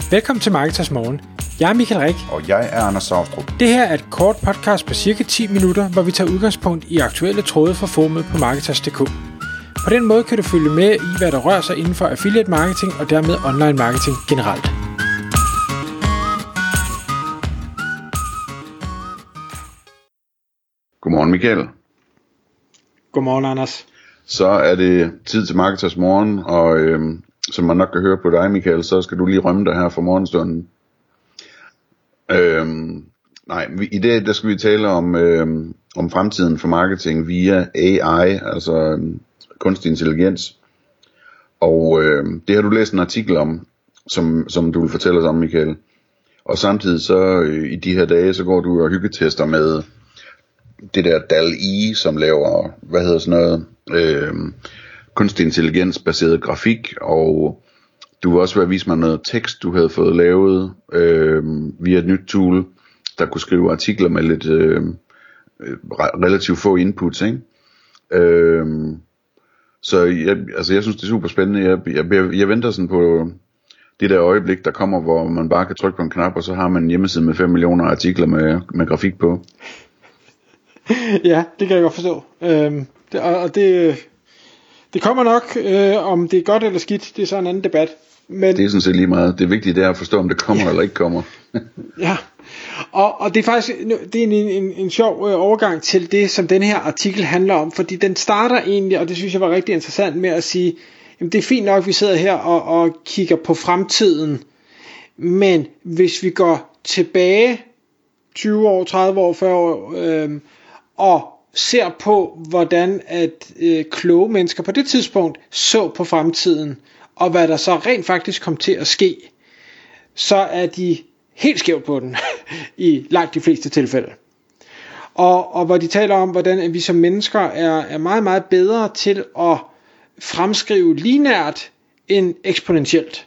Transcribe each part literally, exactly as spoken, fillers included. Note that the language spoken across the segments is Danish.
Velkommen til Marketers Morgen. Jeg er Michael Rik. Og jeg er Anders Saustrup. Det her er et kort podcast på cirka ti minutter, hvor vi tager udgangspunkt i aktuelle tråde fra forumet på Marketers punktum d k. På den måde kan du følge med i, hvad der rører sig inden for affiliate marketing og dermed online marketing generelt. Godmorgen Michael. Godmorgen Anders. Så er det tid til Marketers Morgen, og øhm, som man nok kan høre på dig Michael, så skal du lige rømme dig her fra morgenstunden. Øhm, nej, i dag der skal vi tale om, øhm, om fremtiden for marketing via A I, altså øhm, kunstig intelligens. Og øhm, det har du læst en artikel om, som, som du vil fortælle os om Michael. Og samtidig så øh, i de her dage, så går du og hyggetester med det der D A L L-E, som laver, hvad hedder sådan noget, øh, kunstig intelligens baseret grafik, og du vil også være vise mig noget tekst, du havde fået lavet øh, via et nyt tool, der kunne skrive artikler med lidt øh, relativt få inputs, ikke? Øh, så jeg, altså jeg synes det er super spændende. Jeg, jeg, jeg, jeg venter sådan på det der øjeblik, der kommer, hvor man bare kan trykke på en knap, og så har man en hjemmeside med fem millioner artikler med, med grafik på. Ja, det kan jeg godt forstå. Øhm, det, og det, det kommer nok, øh, om det er godt eller skidt, det er så en anden debat. Men, det er sådan set lige meget. Det vigtige det er at forstå, om det kommer ja. eller ikke kommer. Ja, og, og det er faktisk det er en, en, en sjov øh, overgang til det, som den her artikel handler om, fordi den starter egentlig, og det synes jeg var rigtig interessant med at sige, jamen det er fint nok, at vi sidder her og, og kigger på fremtiden, men hvis vi går tilbage tyve år, tredive år, fyrre år, øh, og ser på, hvordan at øh, kloge mennesker på det tidspunkt så på fremtiden, og hvad der så rent faktisk kom til at ske, så er de helt skævt på den, i langt de fleste tilfælde. Og, og hvor de taler om, hvordan vi som mennesker er, er meget, meget bedre til at fremskrive lineært end eksponentielt.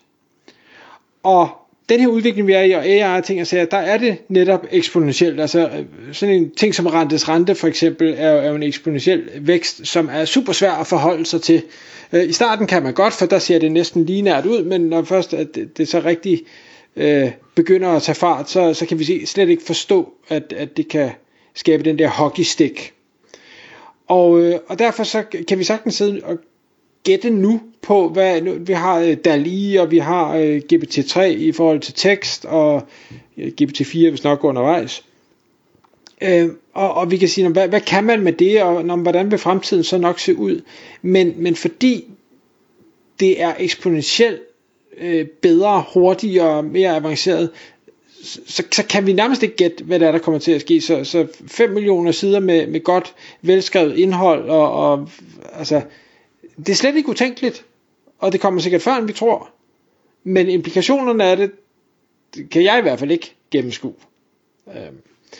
Og den her udvikling vi er i, og A I og ting og sager, der er det netop eksponentielt. Altså sådan en ting som rentes rente for eksempel, er jo, er jo en eksponentiel vækst, som er super svær at forholde sig til. I starten kan man godt, for der ser det næsten lineært ud, men når først at det, det så rigtig øh, begynder at tage fart, så, så kan vi slet ikke forstå, at, at det kan skabe den der hockeystick. Og, øh, og derfor så kan vi sagtens sidde og gætte nu på, hvad nu, vi har D A L L-E, og vi har uh, G P T tre i forhold til tekst, og uh, G P T fire hvis nok går undervejs. Uh, og, og vi kan sige, hvad, hvad kan man med det, og når, hvordan vil fremtiden så nok se ud? Men, men fordi det er eksponentielt uh, bedre, hurtigere, mere avanceret, så, så kan vi nærmest ikke gætte, hvad der er, der kommer til at ske. Så, så fem millioner sider med, med godt velskrevet indhold, og, og altså det er slet ikke utænkeligt, og det kommer sikkert før, end vi tror. Men implikationerne af det, kan jeg i hvert fald ikke gennemskue. Øhm.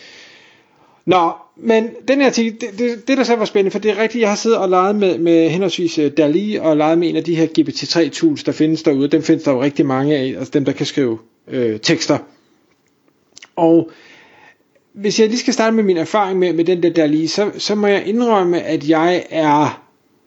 Nå, men den her artikel, det, det, det der så var spændende, for det er rigtigt, jeg har siddet og leget med, med henholdsvis D A L L-E, og leget med en af de her G P T tre tools, der findes derude. Dem findes der jo rigtig mange af, altså dem, der kan skrive øh, tekster. Og hvis jeg lige skal starte med min erfaring med, med den der D A L L-E, så, så må jeg indrømme, at jeg er...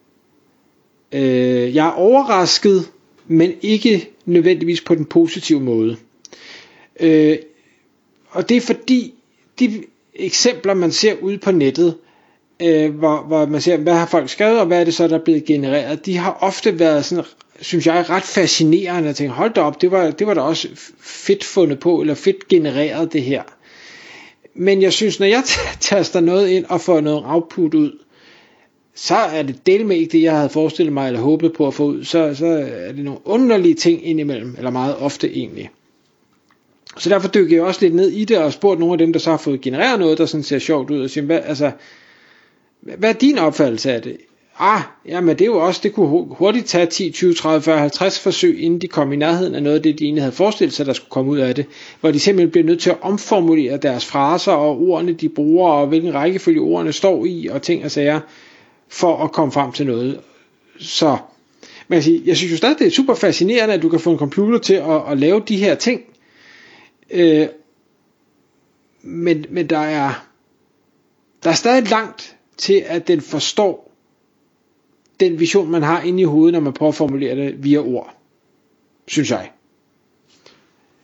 Øh, jeg er overrasket, men ikke nødvendigvis på den positive måde. Øh, og det er fordi, de eksempler man ser ude på nettet, øh, hvor, hvor man ser, hvad har folk skrevet, og hvad er det så, der er blevet genereret, de har ofte været sådan, synes jeg, ret fascinerende. Jeg tænker, hold da op, det var, det var da også fedt fundet på, eller fedt genereret det her. Men jeg synes, når jeg taster noget ind og får noget output ud, så er det del med ikke det, jeg havde forestillet mig eller håbet på at få ud. Så, så er det nogle underlige ting indimellem, eller meget ofte egentlig. Så derfor dykker jeg også lidt ned i det, og spurgte nogle af dem, der så har fået genereret noget, der sådan ser sjovt ud, og siger, hvad, altså, hvad er din opfattelse af det? Ah, jamen det er jo også, det kunne hurtigt tage ti, tyve, tredive, fyrre, halvtreds forsøg, inden de kom i nærheden af noget af det, de egentlig havde forestillet sig, der skulle komme ud af det, hvor de simpelthen bliver nødt til at omformulere deres fraser, og ordene de bruger, og hvilken rækkefølge ordene står i, og ting og sager, for at komme frem til noget. Så man kan sige, jeg synes jo stadig, det er super fascinerende, at du kan få en computer til at, at lave de her ting. Øh, men, men der er der er stadig langt til, at den forstår den vision, man har inde i hovedet, når man prøver at formulere det via ord. Synes jeg.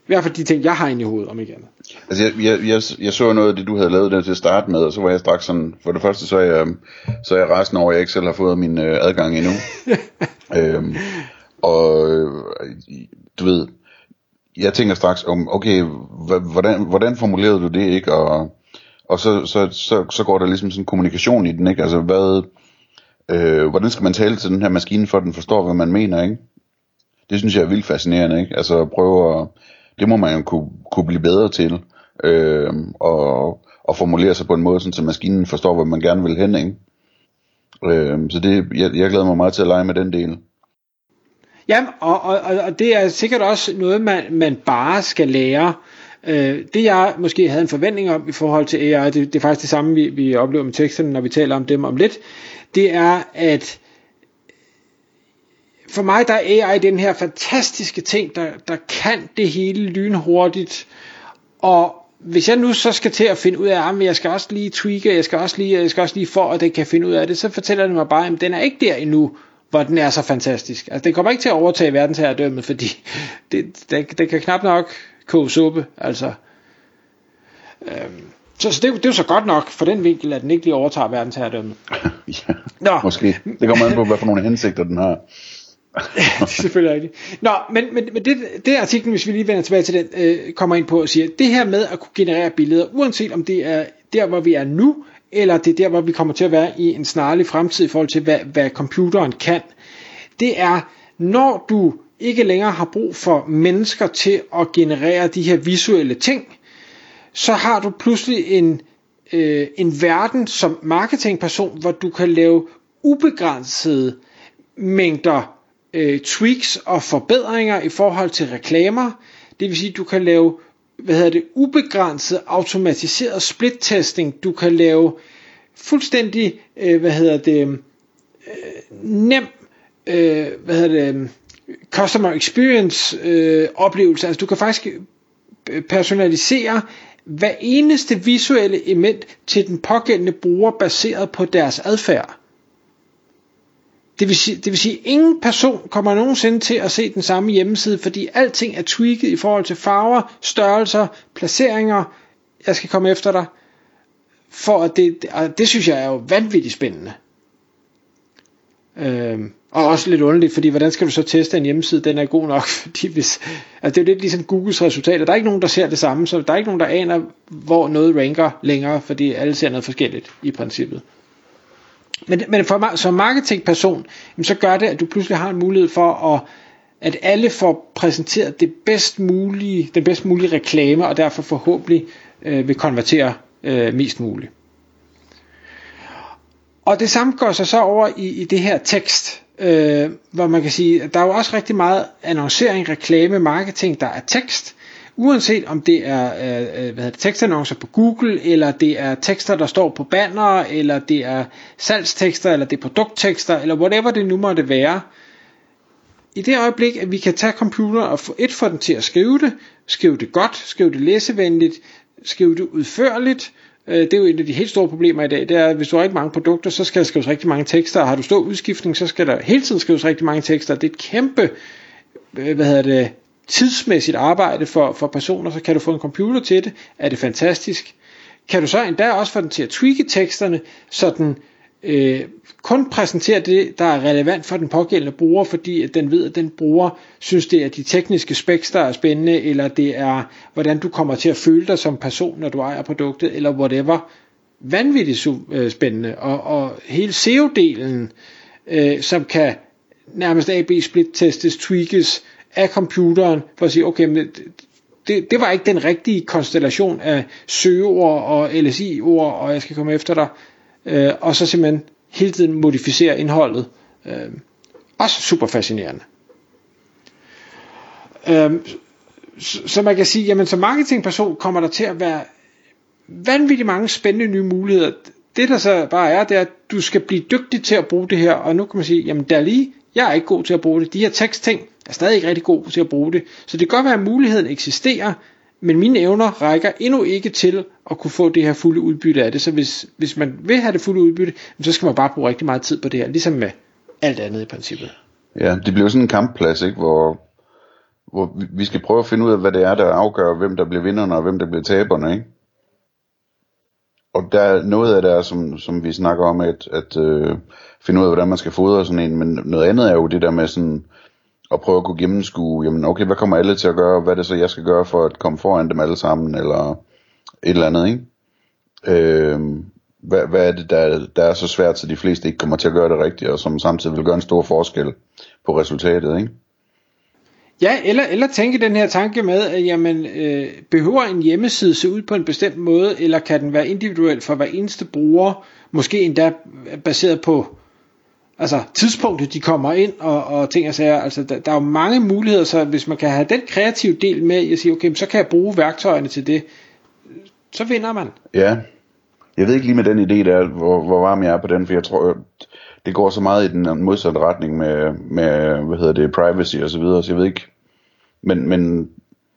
hvert fald de ting, jeg har inde i hovedet, om ikke andet. Altså, jeg, jeg, jeg, jeg så noget af det, du havde lavet der til at starte med, og så var jeg straks sådan, for det første, så er jeg, så er jeg rasende over, at jeg ikke selv har fået min øh, adgang endnu. øhm, og øh, du ved, jeg tænker straks om, okay, hvordan, hvordan formulerede du det, ikke? Og, og så, så, så, så går der ligesom sådan kommunikation i den, ikke? Altså, hvad, øh, hvordan skal man tale til den her maskine, for at den forstår, hvad man mener, ikke? Det synes jeg er vildt fascinerende, ikke? Altså, prøve at, det må man jo kunne, kunne blive bedre til, øh, og, og formulere sig på en måde, sådan, så maskinen forstår, hvad man gerne vil hen, ikke? Øh, så det, jeg, jeg glæder mig meget til at lege med den del. Ja, og, og, og det er sikkert også noget, man, man bare skal lære. Øh, det jeg måske havde en forventning om i forhold til A I, det, det er faktisk det samme, vi, vi oplever med teksterne, når vi taler om dem om lidt, det er, at for mig der er A I den her fantastiske ting, der, der kan det hele lynhurtigt, og hvis jeg nu så skal til at finde ud af, at jeg skal også lige tweake, jeg skal også lige, jeg skal også lige for, at det kan finde ud af det, så fortæller det mig bare, at den er ikke der endnu, hvor den er så fantastisk. Altså, den kommer ikke til at overtage verdensherredømmet, fordi det, det, det kan knap nok koge suppe. Altså, øhm, så, så det, det er jo så godt nok for den vinkel, at den ikke lige overtager verdensherredømmet. Ja, Nå. Måske. Det kommer an på, hvad for nogle hensigter den har. Ja, det er selvfølgelig rigtigt. Nå, men, men, men det, det artiklen, hvis vi lige vender tilbage til den, øh, kommer ind på og siger, det her med at kunne generere billeder, uanset om det er der, hvor vi er nu, eller det er der, hvor vi kommer til at være i en snarlig fremtid i forhold til, hvad, hvad computeren kan, det er, når du ikke længere har brug for mennesker til at generere de her visuelle ting, så har du pludselig en, øh, en verden som marketingperson, hvor du kan lave ubegrænsede mængder øh, tweaks og forbedringer i forhold til reklamer. Det vil sige, du kan lave hvad hedder det, ubegrænset automatiseret split-testing. Du kan lave fuldstændig øh, hvad hedder det, øh, nem øh, hvad hedder det, customer experience øh, oplevelse. Altså du kan faktisk personalisere hver eneste visuelle element til den pågældende bruger baseret på deres adfærd. Det vil sige, det vil sige, at ingen person kommer nogensinde til at se den samme hjemmeside, fordi alting er tweaked i forhold til farver, størrelser, placeringer. Jeg skal komme efter dig. For at det, det, det synes jeg er jo vanvittigt spændende. Øhm, og også lidt underligt, fordi hvordan skal du så teste en hjemmeside, den er god nok? Fordi hvis, altså det er jo lidt ligesom Googles resultater. Der er ikke nogen, der ser det samme, så der er ikke nogen, der aner, hvor noget ranker længere, fordi alle ser noget forskelligt i princippet. Men, men for, som marketingperson, så gør det, at du pludselig har en mulighed for, at, at alle får præsenteret det bedst mulige, den bedst mulige reklame, og derfor forhåbentlig øh, vil konvertere øh, mest muligt. Og det samme går så så over i, i det her tekst, øh, hvor man kan sige, at der er jo også rigtig meget annoncering, reklame, marketing, der er tekst. Uanset om det er øh, hvad hedder det, tekstannoncer på Google, eller det er tekster, der står på bannere, eller det er salgstekster, eller det er produkttekster, eller whatever det nu måtte være. I det øjeblik, at vi kan tage computer og få et for den til at skrive det, skrive det godt, skrive det læsevenligt, skrive det udførligt. Det er jo et af de helt store problemer i dag, det er, at hvis du har ikke mange produkter, så skal der skrives rigtig mange tekster, og har du stor udskiftning, så skal der hele tiden skrives rigtig mange tekster. Det er et kæmpe, hvad hedder det, tidsmæssigt arbejde for, for personer, så kan du få en computer til det, er det fantastisk. Kan du så endda også få den til at tweake teksterne, så den øh, kun præsenterer det, der er relevant for den pågældende bruger, fordi at den ved, at den bruger synes, det er de tekniske specs, der er spændende, eller det er, hvordan du kommer til at føle dig som person, når du ejer produktet, eller whatever. Vanvittigt øh, spændende. Og, og hele S E O-delen, øh, som kan nærmest A B split-testes, tweakes, af computeren, for at sige, okay, men det, det var ikke den rigtige konstellation af søgeord og L S I-ord, og jeg skal komme efter dig, øh, og så simpelthen hele tiden modificere indholdet. Øh, også super fascinerende. Øh, så, så man kan sige, jamen som marketingperson kommer der til at være vanvittigt mange spændende nye muligheder. Det der så bare er, det er, at du skal blive dygtig til at bruge det her, og nu kan man sige, jamen der lige, jeg er ikke god til at bruge det. De her tekstting er stadig ikke rigtig god til at bruge det. Så det kan godt være, at muligheden eksisterer, men mine evner rækker endnu ikke til at kunne få det her fulde udbytte af det. Så hvis, hvis man vil have det fulde udbytte, så skal man bare bruge rigtig meget tid på det her, ligesom med alt andet i princippet. Ja, det bliver sådan en kampplads, ikke, hvor, hvor vi, vi skal prøve at finde ud af, hvad det er, der afgør, hvem der bliver vinderne, og hvem der bliver taberne, ikke? Og der er noget af det, er, som, som vi snakker om, at, at øh, finde ud af, hvordan man skal fodre sådan en, men noget andet er jo det der med sådan, at prøve at kunne gennemskue, jamen okay, hvad kommer alle til at gøre, hvad er det så, jeg skal gøre for at komme foran dem alle sammen, eller et eller andet, ikke? Øh, hvad, hvad er det, der, der er så svært, så de fleste ikke kommer til at gøre det rigtigt, og som samtidig vil gøre en stor forskel på resultatet, ikke? Ja, eller, eller tænke den her tanke med, at jamen, øh, behøver en hjemmeside se ud på en bestemt måde, eller kan den være individuel for hver eneste bruger, måske endda baseret på altså tidspunktet, de kommer ind, og, og ting og sager. Altså, der, der er jo mange muligheder, så hvis man kan have den kreative del med, jeg siger, okay, så kan jeg bruge værktøjerne til det, så vinder man. Ja, jeg ved ikke lige med den idé der, hvor, hvor varm jeg er på den, for jeg tror, det går så meget i den modsatte retning med, med hvad hedder det, privacy og så videre, så jeg ved ikke, men, men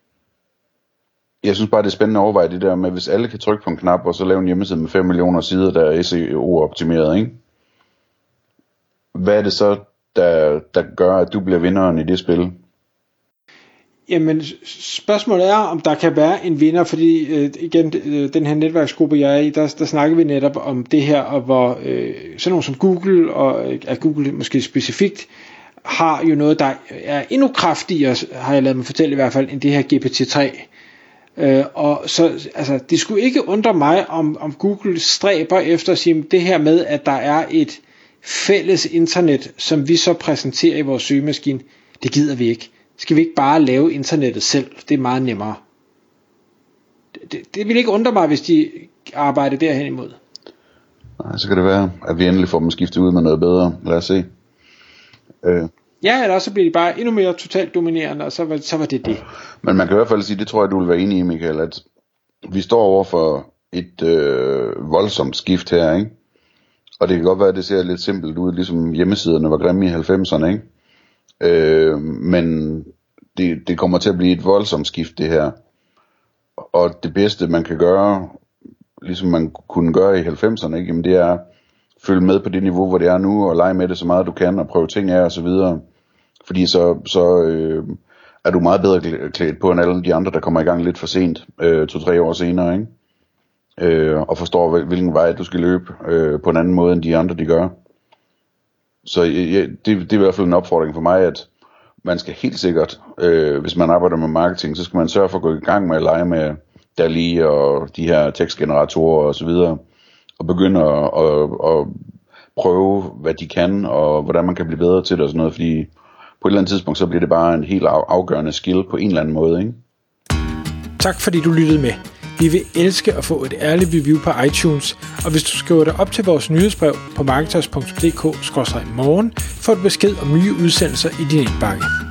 jeg synes bare, det er spændende at overveje det der med, hvis alle kan trykke på en knap, og så lave en hjemmeside med fem millioner sider, der er S E O-optimeret, ikke? Hvad er det så, der, der gør, at du bliver vinderen i det spil? Jamen, spørgsmålet er, om der kan være en vinder, fordi øh, igen, øh, den her netværksgruppe, jeg er i, der, der snakker vi netop om det her, og hvor øh, sådan nogle som Google, og øh, at Google måske specifikt, har jo noget, der er endnu kraftigere, har jeg ladet mig fortælle i hvert fald, end det her G P T tre. Øh, og så, altså, det skulle ikke undre mig, om, om Google stræber efter at sige, det her med, at der er et fælles internet, som vi så præsenterer i vores søgemaskine, det gider vi ikke. Skal vi ikke bare lave internettet selv? Det er meget nemmere. Det, det, det vil ikke undre mig, hvis de arbejder derhen imod. Nej, så kan det være, at vi endelig får dem skiftet ud med noget bedre. Lad os se. Øh. Ja, eller så bliver de bare endnu mere totalt dominerende, og så var, så var det det. Men man kan i hvert fald sige, det tror jeg, du vil være enig i, Michael, at vi står over for et øh, voldsomt skift her, ikke? Og det kan godt være, at det ser lidt simpelt ud, ligesom hjemmesiderne var grimme i halvfemserne, ikke? Øh, men det, det kommer til at blive et voldsomt skift, det her. Og det bedste, man kan gøre, ligesom man kunne gøre i halvfemserne, ikke? Jamen det er følge med på det niveau, hvor det er nu, og lege med det så meget du kan, og prøve ting af og så videre. Fordi så, så øh, er du meget bedre klædt på end alle de andre, der kommer i gang lidt for sent, øh, to-tre år senere, ikke? Øh, og forstår, hvilken vej du skal løbe øh, på en anden måde, end de andre, de gør. Så ja, det, det er i hvert fald en opfordring for mig, at man skal helt sikkert, øh, hvis man arbejder med marketing, så skal man sørge for at gå i gang med at lege med DALL-E og de her tekstgeneratorer og så videre, og begynde at, at, at prøve, hvad de kan, og hvordan man kan blive bedre til det og sådan noget, fordi på et eller andet tidspunkt, så bliver det bare en helt afgørende skill på en eller anden måde, ikke? Tak fordi du lyttede med. Vi vil elske at få et ærligt review på iTunes, og hvis du skriver dig op til vores nyhedsbrev på marketers punktum d k skråstreg morgen, får du besked om nye udsendelser i din indbakke.